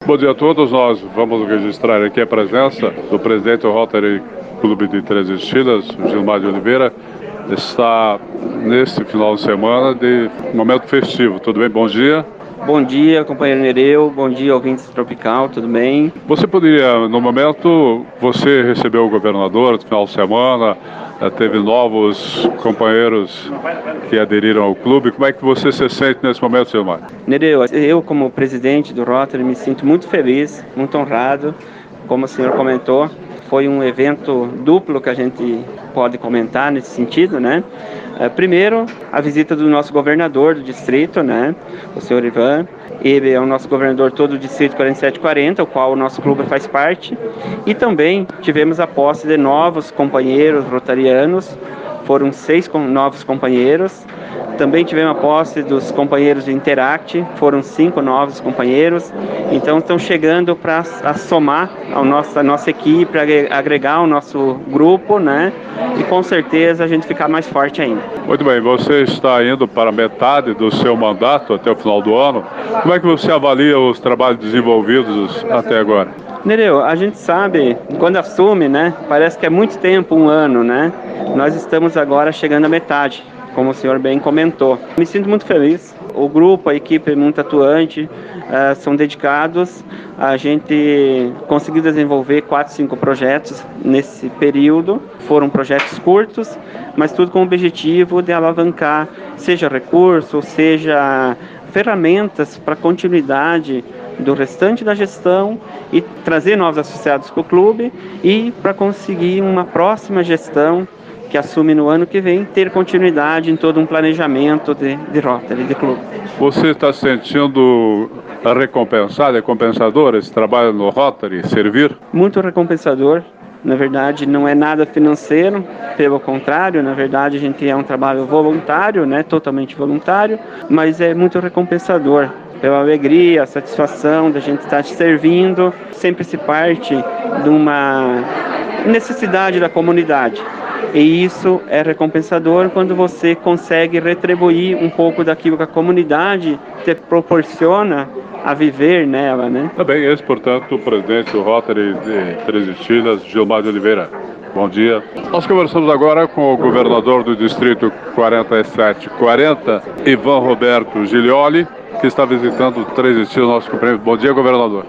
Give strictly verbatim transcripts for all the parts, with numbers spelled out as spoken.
Bom dia a todos, nós vamos registrar aqui a presença do presidente do Rotary Clube de Três Estilhas, Gilmar de Oliveira. Está neste final de semana de momento festivo. Tudo bem? Bom dia. Bom dia, companheiro Nereu. Bom dia, ouvintes Tropical. Tudo bem? Você poderia, no momento, você recebeu o governador no final de semana, teve novos companheiros que aderiram ao clube. Como é que você se sente nesse momento, Gilmar? Nereu, eu como presidente do Rotary me sinto muito feliz, muito honrado. Como o senhor comentou, foi um evento duplo que a gente pode comentar nesse sentido, né? Primeiro, a visita do nosso governador do distrito, né? O senhor Ivan. Ele é o nosso governador todo do distrito quarenta e sete quarenta, o qual o nosso clube faz parte. E também tivemos a posse de novos companheiros rotarianos. Foram seis novos companheiros. Também tivemos a posse dos companheiros do Interact, foram cinco novos companheiros. Então estão chegando para somar a nossa, a nossa equipe, agregar ao nosso grupo, né? E com certeza a gente ficar mais forte ainda. Muito bem, você está indo para metade do seu mandato até o final do ano. Como é que você avalia os trabalhos desenvolvidos até agora? Nereu, a gente sabe, quando assume, né? Parece que é muito tempo, um ano, né? Nós estamos agora chegando à metade, como o senhor bem comentou. Me sinto muito feliz. O grupo, a equipe é muito atuante, uh, são dedicados. A gente conseguiu desenvolver quatro, cinco projetos nesse período. Foram projetos curtos, mas tudo com o objetivo de alavancar, seja recurso, seja ferramentas para continuidade do restante da gestão e trazer novos associados para o clube e para conseguir uma próxima gestão que assume no ano que vem, ter continuidade em todo um planejamento de, de Rotary, de clube. Você está se sentindo recompensado, recompensador esse trabalho no Rotary, servir? Muito recompensador. Na verdade, não é nada financeiro, pelo contrário, na verdade a gente é um trabalho voluntário, né, totalmente voluntário, mas é muito recompensador. Pela alegria, a satisfação da gente estar te servindo, sempre se parte de uma necessidade da comunidade. E isso é recompensador quando você consegue retribuir um pouco daquilo que a comunidade te proporciona a viver nela, né? Tá bem, esse, portanto, o presidente do Rotary de Três Estilhas, Gilmar de Oliveira. Bom dia. Nós conversamos agora com o governador do distrito quarenta e sete quarenta, Ivan Roberto Giglioli, que está visitando Três Estilhas, nosso companheiro. Bom dia, governador.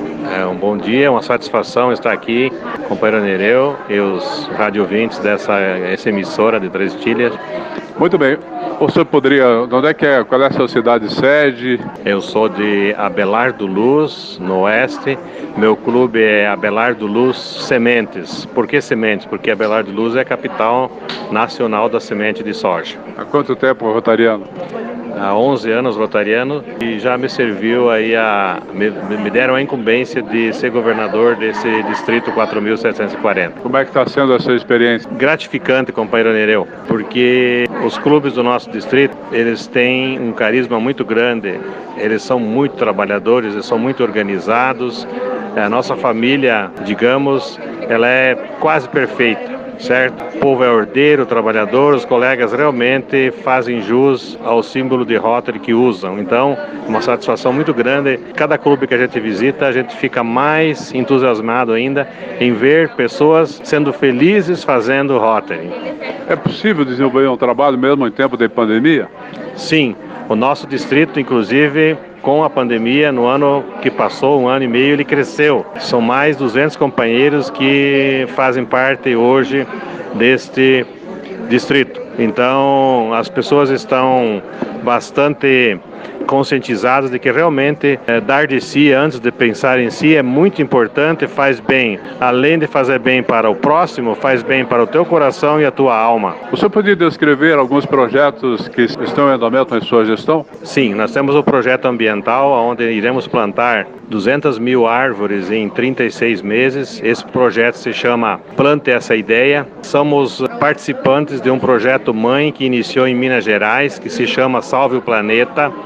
É um bom dia, uma satisfação estar aqui, companheiro Nereu e os radiovintes dessa essa emissora de Três Estilhas. Muito bem. O senhor poderia, onde é que é, qual é a sua cidade sede? Eu sou de Abelardo Luz, no oeste. Meu clube é Abelardo Luz Sementes. Por que sementes? Porque Abelardo Luz é a capital nacional da semente de soja. Há quanto tempo rotariano? Há onze anos rotariano e já me serviu aí a me, me deram a incumbência de ser governador desse distrito quatro mil setecentos e quarenta. Como é que está sendo essa experiência? Gratificante, companheiro Nereu, porque os clubes do nosso distrito, eles têm um carisma muito grande, eles são muito trabalhadores, eles são muito organizados. A nossa família, digamos, ela é quase perfeita. Certo? O povo é ordeiro, trabalhador, os colegas realmente fazem jus ao símbolo de Rotary que usam. Então, uma satisfação muito grande. Cada clube que a gente visita, a gente fica mais entusiasmado ainda em ver pessoas sendo felizes fazendo Rotary. É possível desenvolver um trabalho mesmo em tempo de pandemia? Sim, o nosso distrito, inclusive, com a pandemia, no ano que passou, um ano e meio, ele cresceu. São mais duzentos companheiros que fazem parte hoje deste distrito. Então, as pessoas estão bastante conscientizadas de que realmente é, dar de si antes de pensar em si é muito importante, faz bem. Além de fazer bem para o próximo, faz bem para o teu coração e a tua alma. O senhor podia descrever alguns projetos que estão em andamento em sua gestão? Sim, nós temos o projeto ambiental, onde iremos plantar duzentas mil árvores em trinta e seis meses. Esse projeto se chama Plante Essa Ideia. Somos participantes de um projeto mãe que iniciou em Minas Gerais, que se chama Salve o Planeta.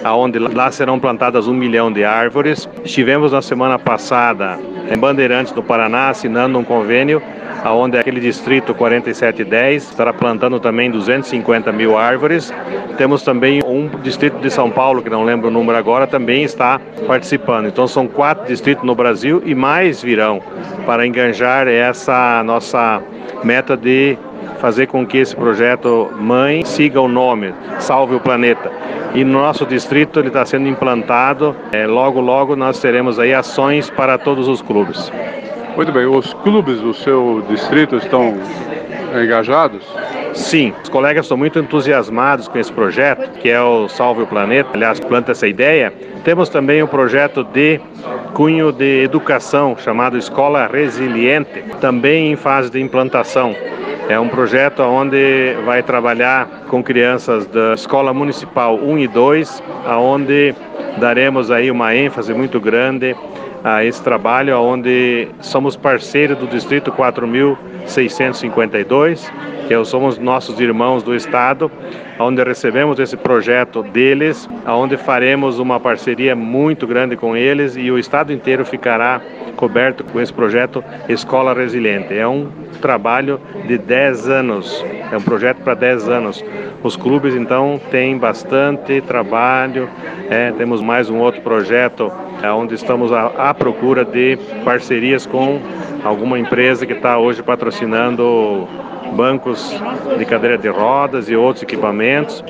onde lá serão plantadas um milhão de árvores. Estivemos na semana passada em Bandeirantes, do Paraná, assinando um convênio onde aquele distrito quarenta e sete dez estará plantando também duzentas e cinquenta mil árvores. Temos também um distrito de São Paulo, que não lembro o número agora, também está participando. Então são quatro distritos no Brasil e mais virão para enganjar essa nossa meta de fazer com que esse projeto mãe siga o nome, Salve o Planeta. E no nosso distrito ele está sendo implantado. É, logo, logo nós teremos aí ações para todos os clubes. Muito bem, os clubes do seu distrito estão engajados? Sim, os colegas estão muito entusiasmados com esse projeto, que é o Salve o Planeta. Aliás, planta essa ideia. Temos também um projeto de cunho de educação chamado Escola Resiliente, também em fase de implantação. É um projeto onde vai trabalhar com crianças da Escola Municipal um e dois, onde daremos aí uma ênfase muito grande a esse trabalho, onde somos parceiros do Distrito quatro mil seiscentos e cinquenta e dois, que somos nossos irmãos do Estado, onde recebemos esse projeto deles, onde faremos uma parceria muito grande com eles e o Estado inteiro ficará coberto com esse projeto Escola Resiliente. É um trabalho de dez anos, é um projeto para dez anos. Os clubes, então, têm bastante trabalho, é, temos mais um outro projeto é, onde estamos à, à procura de parcerias com alguma empresa que está hoje patrocinando bancos de cadeira de rodas e outros equipamentos,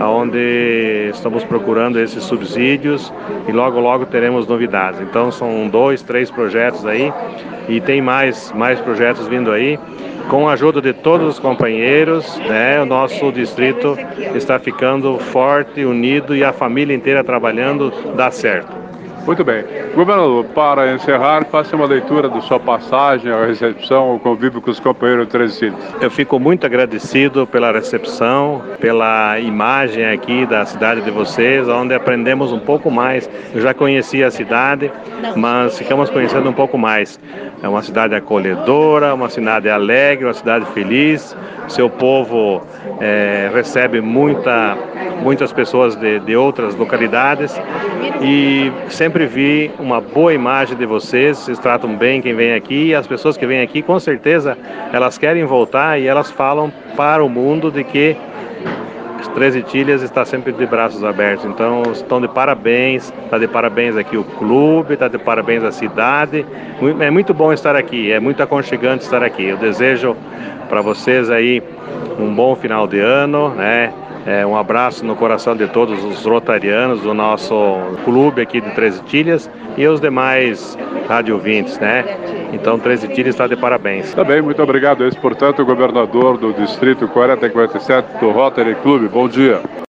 onde estamos procurando esses subsídios e logo logo teremos novidades. Então são dois, três projetos aí e tem mais, mais projetos vindo aí. Com a ajuda de todos os companheiros, né, o nosso distrito está ficando forte, unido e a família inteira trabalhando, dá certo. Muito bem. Governador, para encerrar, faça uma leitura da sua passagem, a recepção, o convívio com os companheiros de Três Tílias. Eu fico muito agradecido pela recepção, pela imagem aqui da cidade de vocês, onde aprendemos um pouco mais. Eu já conhecia a cidade, mas ficamos conhecendo um pouco mais. É uma cidade acolhedora, uma cidade alegre, uma cidade feliz. Seu povo é, recebe muita, muitas pessoas de, de outras localidades e sempre vi uma boa imagem de vocês. Vocês tratam bem quem vem aqui e as pessoas que vêm aqui, com certeza, elas querem voltar e elas falam para o mundo de que Três Tílias está sempre de braços abertos. Então estão de parabéns, está de parabéns aqui o clube, está de parabéns a cidade. É muito bom estar aqui, é muito aconchegante estar aqui. Eu desejo para vocês aí um bom final de ano, né? É, um abraço no coração de todos os rotarianos do nosso clube aqui de Três Tílias e os demais rádio ouvintes, né? Então, Três Tílias está de parabéns. Tá bem, muito obrigado. Esse, portanto, o governador do Distrito quarenta e quarenta e sete do Rotary Clube. Bom dia.